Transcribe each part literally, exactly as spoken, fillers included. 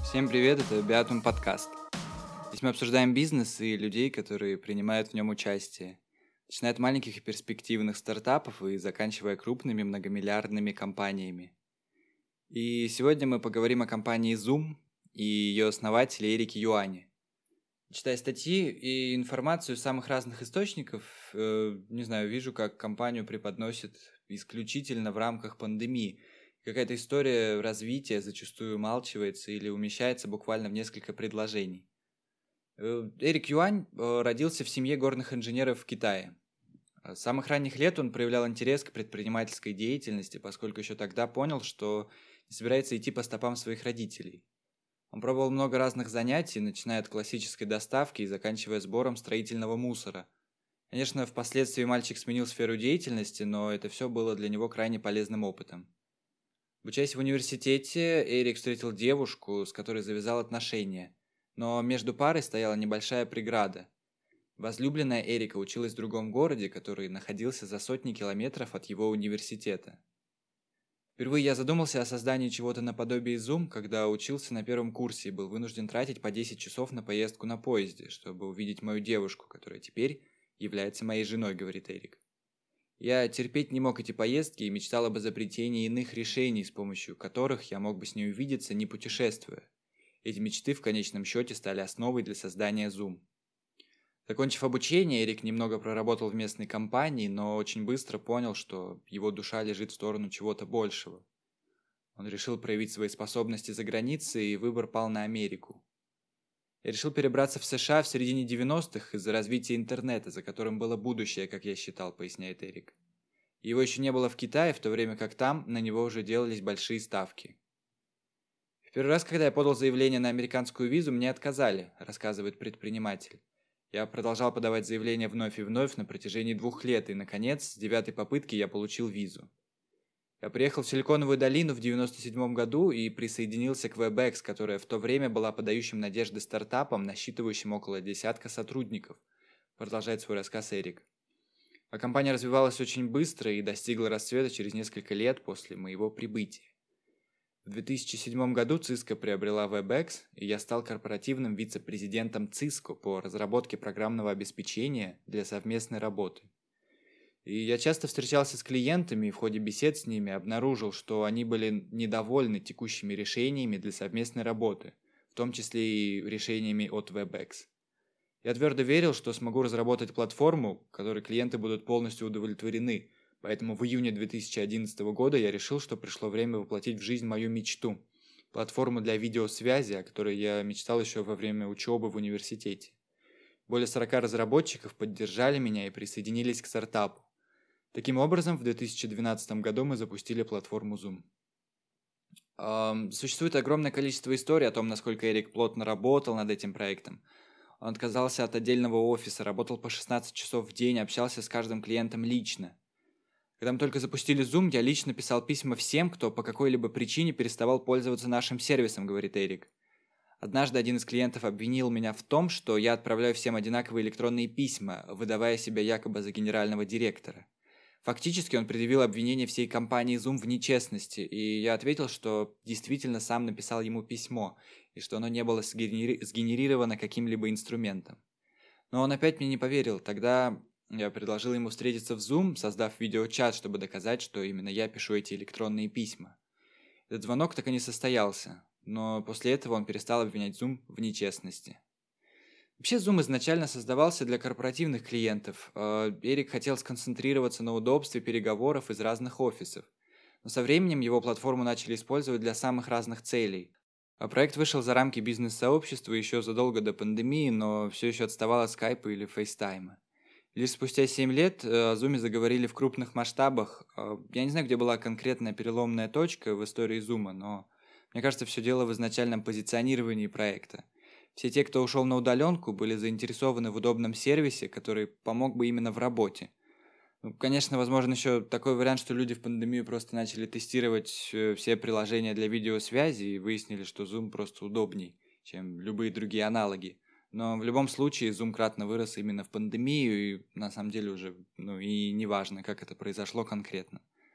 Всем привет, это Биатум подкаст. Здесь мы обсуждаем бизнес и людей, которые принимают в нем участие. Начиная от маленьких и перспективных стартапов и заканчивая крупными многомиллиардными компаниями. И сегодня мы поговорим о компании Zoom и ее основателе Эрике Юане. Читая статьи и информацию из самых разных источников, э, не знаю, вижу, как компанию преподносят исключительно в рамках пандемии. Какая-то история развития зачастую умалчивается или умещается буквально в несколько предложений. Э, Эрик Юань э, родился в семье горных инженеров в Китае. С самых ранних лет он проявлял интерес к предпринимательской деятельности, поскольку еще тогда понял, что не собирается идти по стопам своих родителей. Он пробовал много разных занятий, начиная от классической доставки и заканчивая сбором строительного мусора. Конечно, впоследствии мальчик сменил сферу деятельности, но это все было для него крайне полезным опытом. Обучаясь в университете, Эрик встретил девушку, с которой завязал отношения, но между парой стояла небольшая преграда. Возлюбленная Эрика училась в другом городе, который находился за сотни километров от его университета. Впервые я задумался о создании чего-то наподобие Zoom, когда учился на первом курсе и был вынужден тратить по десять часов на поездку на поезде, чтобы увидеть мою девушку, которая теперь является моей женой, говорит Эрик. Я терпеть не мог эти поездки и мечтал об изобретении иных решений, с помощью которых я мог бы с ней увидеться, не путешествуя. Эти мечты в конечном счете стали основой для создания Zoom. Закончив обучение, Эрик немного проработал в местной компании, но очень быстро понял, что его душа лежит в сторону чего-то большего. Он решил проявить свои способности за границей, и выбор пал на Америку. Я решил перебраться в США в середине девяностых из-за развития интернета, за которым было будущее, как я считал, поясняет Эрик. Его еще не было в Китае, в то время как там на него уже делались большие ставки. В первый раз, когда я подал заявление на американскую визу, мне отказали, рассказывает предприниматель. Я продолжал подавать заявления вновь и вновь на протяжении двух лет, и, наконец, с девятой попытки я получил визу. Я приехал в Силиконовую долину в девяносто седьмом году и присоединился к WebEx, которая в то время была подающим надежды стартапом, насчитывающим около десятка сотрудников, продолжает свой рассказ Эрик. А компания развивалась очень быстро и достигла расцвета через несколько лет после моего прибытия. В две тысячи седьмом году Cisco приобрела WebEx, и я стал корпоративным вице-президентом Cisco по разработке программного обеспечения для совместной работы. И я часто встречался с клиентами и в ходе бесед с ними обнаружил, что они были недовольны текущими решениями для совместной работы, в том числе и решениями от WebEx. Я твердо верил, что смогу разработать платформу, которой клиенты будут полностью удовлетворены, поэтому в июне две тысячи одиннадцатого года я решил, что пришло время воплотить в жизнь мою мечту – платформу для видеосвязи, о которой я мечтал еще во время учебы в университете. Более сорока разработчиков поддержали меня и присоединились к стартапу. Таким образом, в две тысячи двенадцатом году мы запустили платформу Zoom. Эм, существует огромное количество историй о том, насколько Эрик плотно работал над этим проектом. Он отказался от отдельного офиса, работал по шестнадцать часов в день, общался с каждым клиентом лично. Когда мы только запустили Zoom, я лично писал письма всем, кто по какой-либо причине переставал пользоваться нашим сервисом, говорит Эрик. Однажды один из клиентов обвинил меня в том, что я отправляю всем одинаковые электронные письма, выдавая себя якобы за генерального директора. Фактически он предъявил обвинение всей компании Zoom в нечестности, и я ответил, что действительно сам написал ему письмо, и что оно не было сгенери- сгенерировано каким-либо инструментом. Но он опять мне не поверил. Тогда я предложил ему встретиться в Zoom, создав видеочат, чтобы доказать, что именно я пишу эти электронные письма. Этот звонок так и не состоялся, но после этого он перестал обвинять Zoom в нечестности. Вообще, Zoom изначально создавался для корпоративных клиентов. Эрик хотел сконцентрироваться на удобстве переговоров из разных офисов. Но со временем его платформу начали использовать для самых разных целей. А проект вышел за рамки бизнес-сообщества еще задолго до пандемии, но все еще отставал от Skype или FaceTime. Лишь спустя семь лет о Zoom заговорили в крупных масштабах. Я не знаю, где была конкретная переломная точка в истории Zoom, но мне кажется, все дело в изначальном позиционировании проекта. Все те, кто ушел на удаленку, были заинтересованы в удобном сервисе, который помог бы именно в работе. Ну, конечно, возможен еще такой вариант, что люди в пандемию просто начали тестировать все приложения для видеосвязи и выяснили, что Zoom просто удобней, чем любые другие аналоги. Но в любом случае Zoom кратно вырос именно в пандемию, и на самом деле уже ну, и не важно, как это произошло конкретно.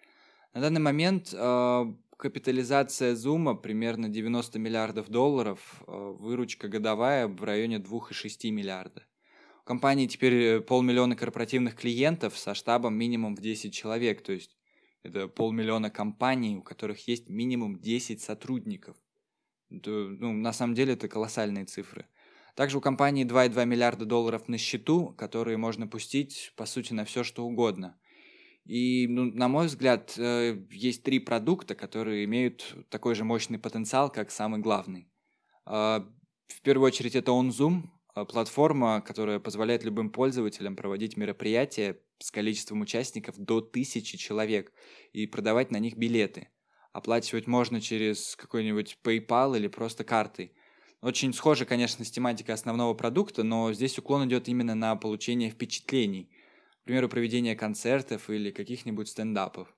На данный момент э, капитализация Zoom примерно девяносто миллиардов долларов, э, выручка годовая в районе два и шесть миллиарда. У компании теперь полмиллиона корпоративных клиентов со штабом минимум в десять человек, то есть это полмиллиона компаний, у которых есть минимум десять сотрудников. Это, ну, на самом деле это колоссальные цифры. Также у компании два и два миллиарда долларов на счету, которые можно пустить, по сути, на все, что угодно. И, ну, на мой взгляд, э, есть три продукта, которые имеют такой же мощный потенциал, как самый главный. А, В первую очередь это OnZoom, а, платформа, которая позволяет любым пользователям проводить мероприятия с количеством участников до тысячи человек и продавать на них билеты. Оплачивать можно через какой-нибудь PayPal или просто картой. Очень схоже, конечно, с тематикой основного продукта, но здесь уклон идет именно на получение впечатлений. К примеру, проведение концертов или каких-нибудь стендапов.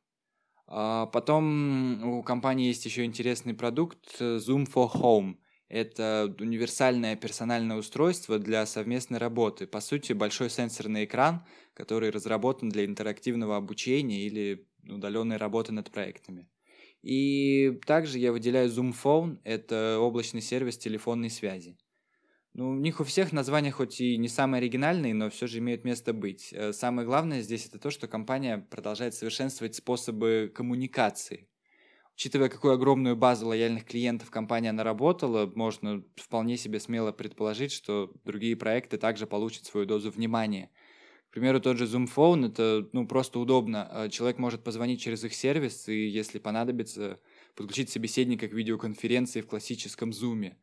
А потом у компании есть еще интересный продукт э, Zoom for Home. Это универсальное персональное устройство для совместной работы. По сути, большой сенсорный экран, который разработан для интерактивного обучения или удаленной работы над проектами. И также я выделяю Zoom Phone. Это облачный сервис телефонной связи. Ну, у них у всех названия хоть и не самые оригинальные, но все же имеют место быть. Э, Самое главное здесь это то, что компания продолжает совершенствовать способы коммуникации. Учитывая, какую огромную базу лояльных клиентов компания наработала, можно вполне себе смело предположить, что другие проекты также получат свою дозу внимания. К примеру, тот же Zoom Phone, это ну, просто удобно. Э, Человек может позвонить через их сервис и, если понадобится, подключить собеседника к видеоконференции в классическом Zoom.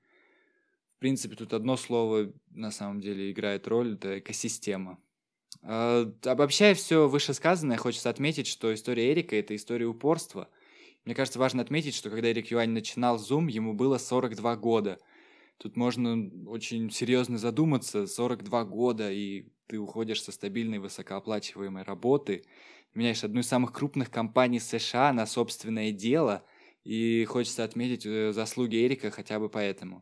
В принципе, тут одно слово на самом деле играет роль, это экосистема. А, Обобщая все вышесказанное, хочется отметить, что история Эрика — это история упорства. Мне кажется, важно отметить, что когда Эрик Юань начинал Zoom, ему было сорок два года. Тут можно очень серьезно задуматься, сорок два года, и ты уходишь со стабильной высокооплачиваемой работы, меняешь одну из самых крупных компаний США на собственное дело, и хочется отметить э, заслуги Эрика хотя бы поэтому.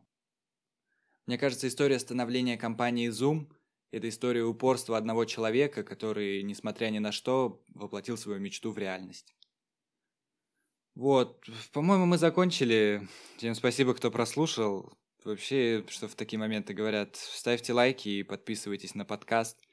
Мне кажется, история становления компании Zoom — это история упорства одного человека, который, несмотря ни на что, воплотил свою мечту в реальность. Вот, по-моему, мы закончили. Всем спасибо, кто прослушал. Вообще, что в такие моменты говорят, ставьте лайки и подписывайтесь на подкаст.